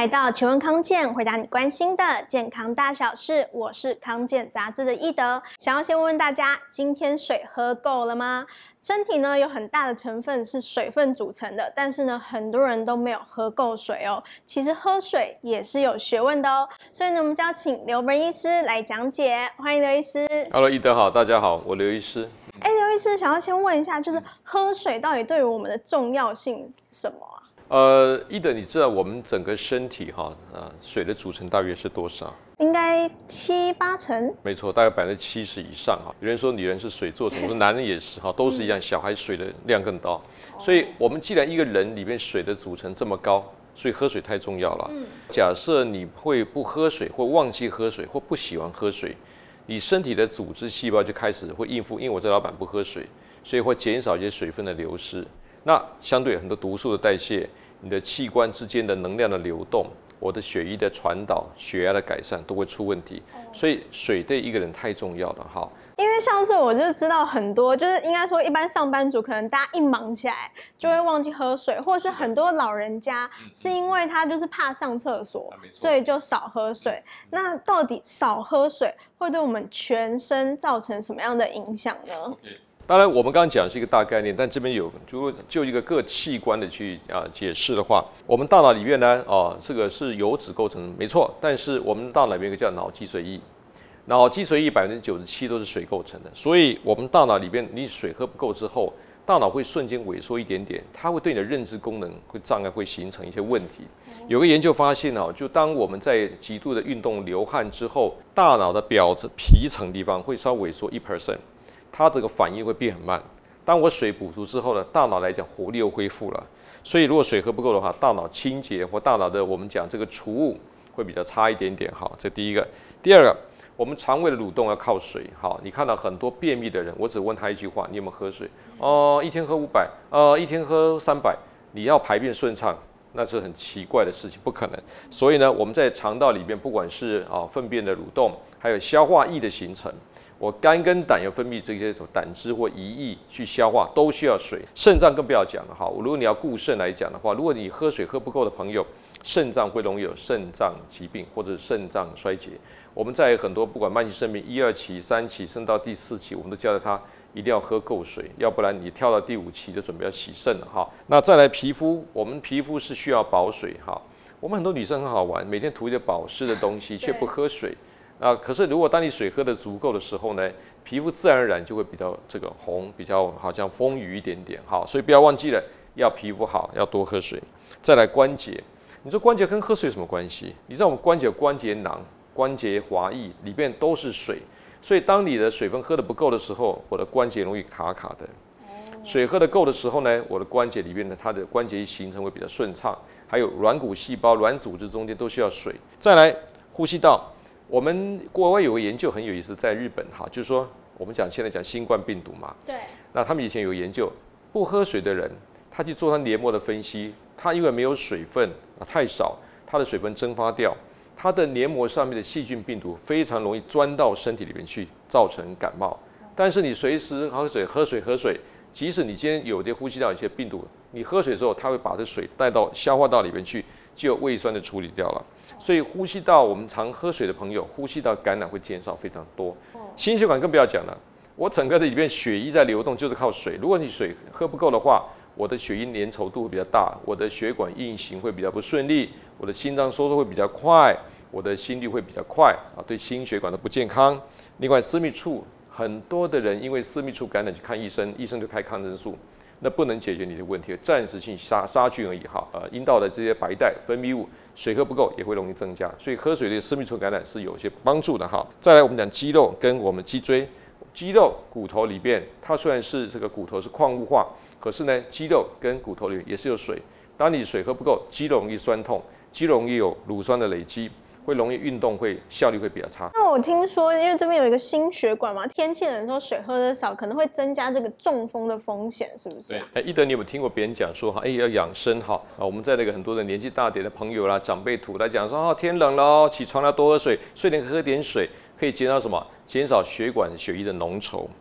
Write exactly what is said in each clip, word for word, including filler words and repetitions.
来到请问康健，回答你关心的健康大小事。我是康健杂志的易德，想要先问问大家，今天水喝够了吗？身体呢有很大的成分是水分组成的，但是呢很多人都没有喝够水哦。其实喝水也是有学问的哦，所以呢我们就要请刘文医师来讲解。欢迎刘医师。 Hello， 易德好，大家好，我刘医师。 哎，刘医师想要先问一下，就是喝水到底对于我们的重要性是什么啊？ 呃，易德，你知道我们整个身体哈，呃，水的组成大约是多少？ 应该七八成。 没错，大概百分之七十以上哈。有人说女人是水做成，我说男人也是哈，都是一样。小孩水的量更高，所以我们既然一个人里面水的组成这么高，所以喝水太重要了。嗯，假设你会不喝水，或忘记喝水，或不喜欢喝水，你身体的组织细胞就开始会应付，因为我这老板不喝水，所以会减少一些水分的流失。那相对很多毒素的代谢，你的器官之间的能量的流动，我的血液的传导、血压的改善都会出问题。所以水对一个人太重要了哈。 因为上次我就知道很多，就是应该说一般上班族可能大家一忙起来就会忘记喝水，或者是很多老人家是因为他就是怕上厕所，所以就少喝水。那到底少喝水会对我们全身造成什么样的影响呢？ Okay. 当然，我们刚刚讲是一个大概念，但这边有就就一个各器官的去啊解释的话，我们大脑里面呢，哦，这个是油脂构成，没错。但是我们大脑里面有一个叫脑脊髓液，脑脊髓液百分之九十七都是水构成的，所以我们大脑里面你水喝不够之后，大脑会瞬间萎缩一点点，它会对你的认知功能会障碍，会形成一些问题。有个研究发现哦，就当我们在极度的运动流汗之后，大脑的表层皮层地方会稍微萎缩一 percent。它这个反应会变很慢。当我水补足之后呢，大脑来讲活力又恢复了。所以如果水喝不够的话，大脑清洁或大脑的我们讲这个除物会比较差一点点。好，这第一个。第二个，我们肠胃的蠕动要靠水。好，你看到很多便秘的人，我只问他一句话：你有没有喝水？哦、呃，一天喝五百，呃，一天喝三百。你要排便顺畅，那是很奇怪的事情，不可能。所以呢，我们在肠道里面，不管是啊粪便的蠕动，还有消化液的形成。我肝跟胆要分泌这些胆汁或胰液去消化，都需要水。肾脏更不要讲了哈。如果你要顾肾来讲的话，如果你喝水喝不够的朋友，肾脏会容易有肾脏疾病或者肾脏衰竭。我们在很多不管慢性肾病一二期、三期，甚至到第四期，我们都教了他一定要喝够水，要不然你跳到第五期就准备要洗肾了哈。那再来皮肤，我们皮肤是需要保水哈。我们很多女生很好玩，每天涂一些保湿的东西，却不喝水。啊，可是如果当你水喝的足够的时候呢，皮肤自然而然就会比较这个红，比较好像丰腴一点点。好，所以不要忘记了，要皮肤好，要多喝水。再来关节，你说关节跟喝水有什么关系？你知道我们关节有关节囊、关节滑液，里面都是水，所以当你的水分喝得不够的时候，我的关节容易卡卡的。水喝得够的时候呢，我的关节里面的它的关节形成会比较顺畅，还有软骨细胞、软组织中间都需要水。再来呼吸道。我们国外有个研究很有意思，在日本哈，就是说我们讲现在讲新冠病毒嘛， 对， 那他们以前有研究，不喝水的人，他去做他黏膜的分析，他因为没有水分啊太少，他的水分蒸发掉，他的黏膜上面的细菌病毒非常容易钻到身体里面去，造成感冒。但是你随时喝水喝水喝水，即使你今天有些呼吸道有些病毒，你喝水之后，它会把这水带到消化道里面去，就有胃酸的处理掉了。所以呼吸道，我们常喝水的朋友，呼吸道感染会减少非常多。心血管更不要讲了，我整个的里面血液在流动就是靠水。如果你水喝不够的话，我的血液粘稠度会比较大，我的血管运行会比较不顺利，我的心脏收缩会比较快，我的心率会比较快啊，对心血管的不健康。另外，私密处很多的人因为私密处感染去看医生，医生就开抗生素。那不能解决你的问题，暂时性杀杀菌而已哈。呃，阴道的这些白带分泌物，水喝不够也会容易增加，所以喝水对私密处感染是有些帮助的哈。再来，我们讲肌肉跟我们脊椎，肌肉骨头里边，它虽然是这个骨头是矿物化，可是呢，肌肉跟骨头里也是有水。当你水喝不够，肌肉容易酸痛，肌肉容易有乳酸的累积。会容易运动，会效率会比较差。 那我听说，因为这边有一个心血管嘛，天气冷的时候水喝的少，可能会增加这个中风的风险，是不是、啊？ 对，哎，易德，你有没有听过别人讲说哈，哎，要养生哈啊？我们在那个很多的年纪大点的朋友啦、长辈图来讲说，哦，天冷了哦，起床要多喝水，睡前喝点水，可以减少什么？减少血管血液的浓稠。哦。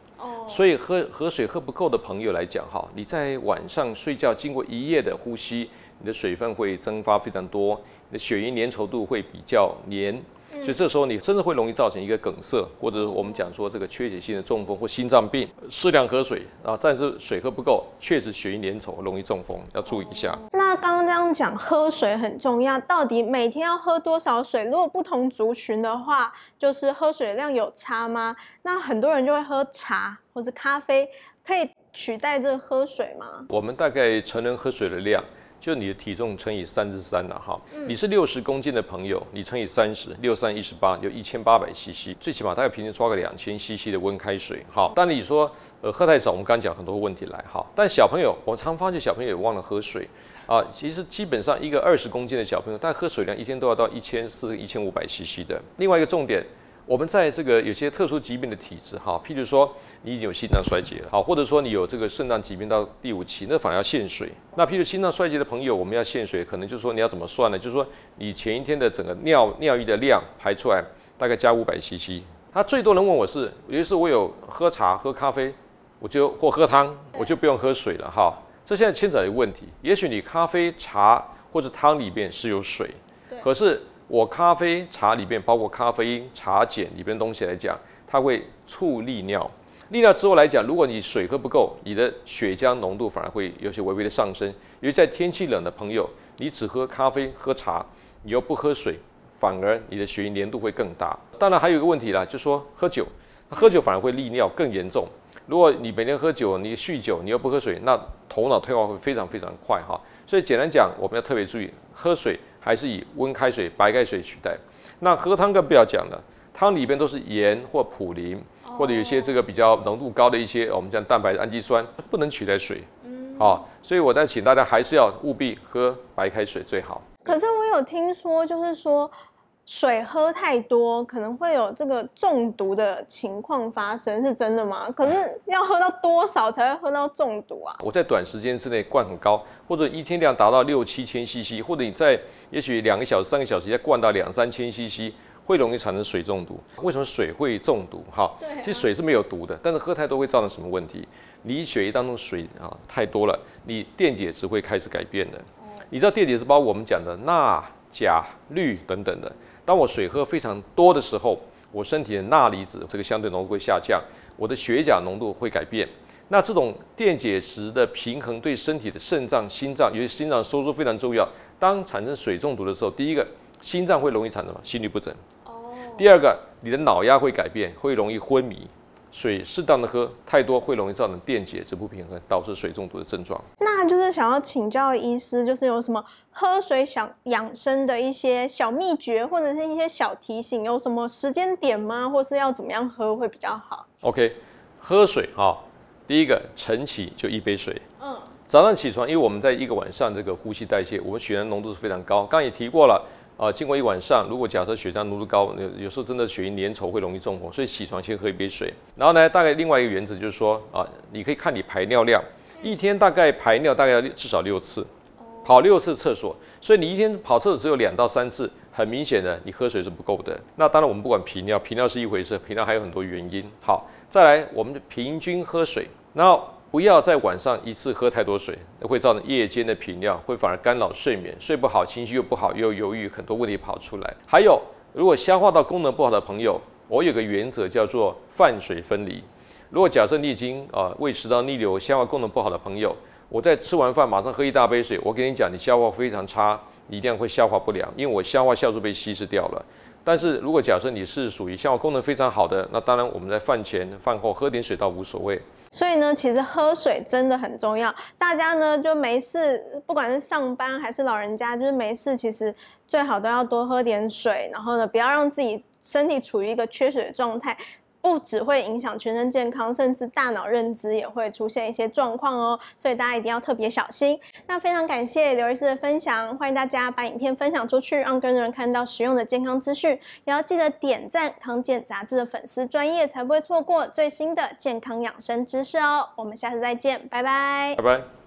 所以喝喝水喝不够的朋友来讲哈，你在晚上睡觉经过一夜的呼吸，你的水分会蒸发非常多，你的血液粘稠度会比较黏。所以这时候你真的会容易造成一个梗塞，或者我们讲说这个缺血性的中风或心脏病。适量喝水啊，但是水喝不够，确实血液粘稠，容易中风，要注意一下。 那刚刚这样讲，喝水很重要，到底每天要喝多少水？如果不同族群的话，就是喝水量有差吗？那很多人就会喝茶或者咖啡，可以取代这个喝水吗？ 我们大概成人喝水的量，就你的体重乘以三十三了哈。嗯、你是六十公斤的朋友，你乘以三十，六三一十八，有一千八百 C C， 最起码大概平均抓个两千 C C 的温开水。好，但你说呃喝太少，我们刚刚讲很多问题来哈。但小朋友，我常发现小朋友也忘了喝水啊。其实基本上一个二十公斤的小朋友，大概喝水量一天都要到一千四、一千五百 C C 的。另外一个重点。我们在这个有些特殊疾病的体质，哈，譬如说你已经有心脏衰竭了，好，或者说你有这个肾脏疾病到第五期，那反而要限水。那譬如心脏衰竭的朋友，我们要限水，可能就是说你要怎么算呢？就是说你前一天的整个尿尿液的量排出来，大概加五百 C C。他最多人问我是，有些时候我有喝茶、喝咖啡，我就或喝汤，我就不用喝水了，哈。这现在牵扯一个问题，也许你咖啡、茶或者汤里面是有水，可是。我咖啡、茶里面包括咖啡因、茶碱里边的东西来讲，它会促利尿。利尿之后来讲，如果你水喝不够，你的血浆浓度反而会有些微微的上升。因为在天气冷的朋友，你只喝咖啡、喝茶，你又不喝水，反而你的血液粘度会更大。当然还有一个问题啦，就是说喝酒，喝酒反而会利尿更严重。如果你每天喝酒，你酗酒，你又不喝水，那头脑退化会非常非常快哈。所以简单讲，我们要特别注意喝水。还是以温开水、白开水取代。那喝汤更不要讲了，汤里边都是盐或普林，或者有些这个比较浓度高的一些我们讲蛋白氨基酸，不能取代水。嗯，好，所以我在请大家还是要务必喝白开水最好。 可是我有听说，就是说。水喝太多可能会有这个中毒的情况发生，是真的吗？可是要喝到多少才会喝到中毒啊？ 我在短时间之内灌很高，或者一天量达到六七千 C C， 或者你在也许两个小时、三个小时再灌到两三千 C C， 会容易产生水中毒。为什么水会中毒？哈，其实水是没有毒的，但是喝太多会造成什么问题？你血液当中水啊太多了，你电解质会开始改变的。你知道电解质包括我们讲的钠、钾、氯等等的。当我水喝非常多的时候，我身体的钠离子这个相对浓度会下降，我的血钾浓度会改变。那这种电解质的平衡对身体的肾脏、心脏，尤其心脏收缩非常重要。当产生水中毒的时候，第一个心脏会容易产生心律不整，第二个你的脑压会改变，会容易昏迷。水适当的喝太多会容易造成电解质不平衡，导致水中毒的症状。 那就是想要请教医师，就是有什么喝水想养生的一些小秘诀，或者是一些小提醒，有什么时间点吗？或是要怎么样喝会比较好 ？OK， 喝水哈，第一个晨起就一杯水。嗯，早上起床，因为我们在一个晚上这个呼吸代谢，我们血氧浓度是非常高，刚刚也提过了。啊，经过一晚上，如果假设血浆浓度高，有时候真的血液粘稠会容易中风，所以起床先喝一杯水。然后呢，大概另外一个原则就是说，啊，你可以看你排尿量，一天大概排尿大概要至少六次，跑六次厕所，所以你一天跑厕所只有两到三次，很明显的你喝水是不够的。那当然我们不管频尿，频尿是一回事，频尿还有很多原因。好，再来我们平均喝水，然后。不要在晚上一次喝太多水，会造成夜间的频尿，会反而干扰睡眠，睡不好，情绪又不好，又犹豫，很多问题跑出来。还有，如果消化道功能不好的朋友，我有个原则叫做饭水分离。如果假设你已经啊、呃、胃食道逆流、消化功能不好的朋友，我在吃完饭马上喝一大杯水，我跟你讲，你消化非常差，你一定会消化不良，因为我消化酵素被稀释掉了。但是如果假设你是属于消化功能非常好的，那当然我们在饭前、饭后喝点水倒无所谓。 所以呢，其实喝水真的很重要。大家呢就没事，不管是上班还是老人家，就是没事，其实最好都要多喝点水，然后呢，不要让自己身体处于一个缺水的状态。不只会影响全身健康，甚至大脑认知也会出现一些状况哦，所以大家一定要特别小心。那非常感谢刘医师的分享，欢迎大家把影片分享出去，让更多人看到实用的健康资讯。也要记得点赞康健杂志的粉丝专页，才不会错过最新的健康养生知识哦。我们下次再见，拜拜， 拜拜。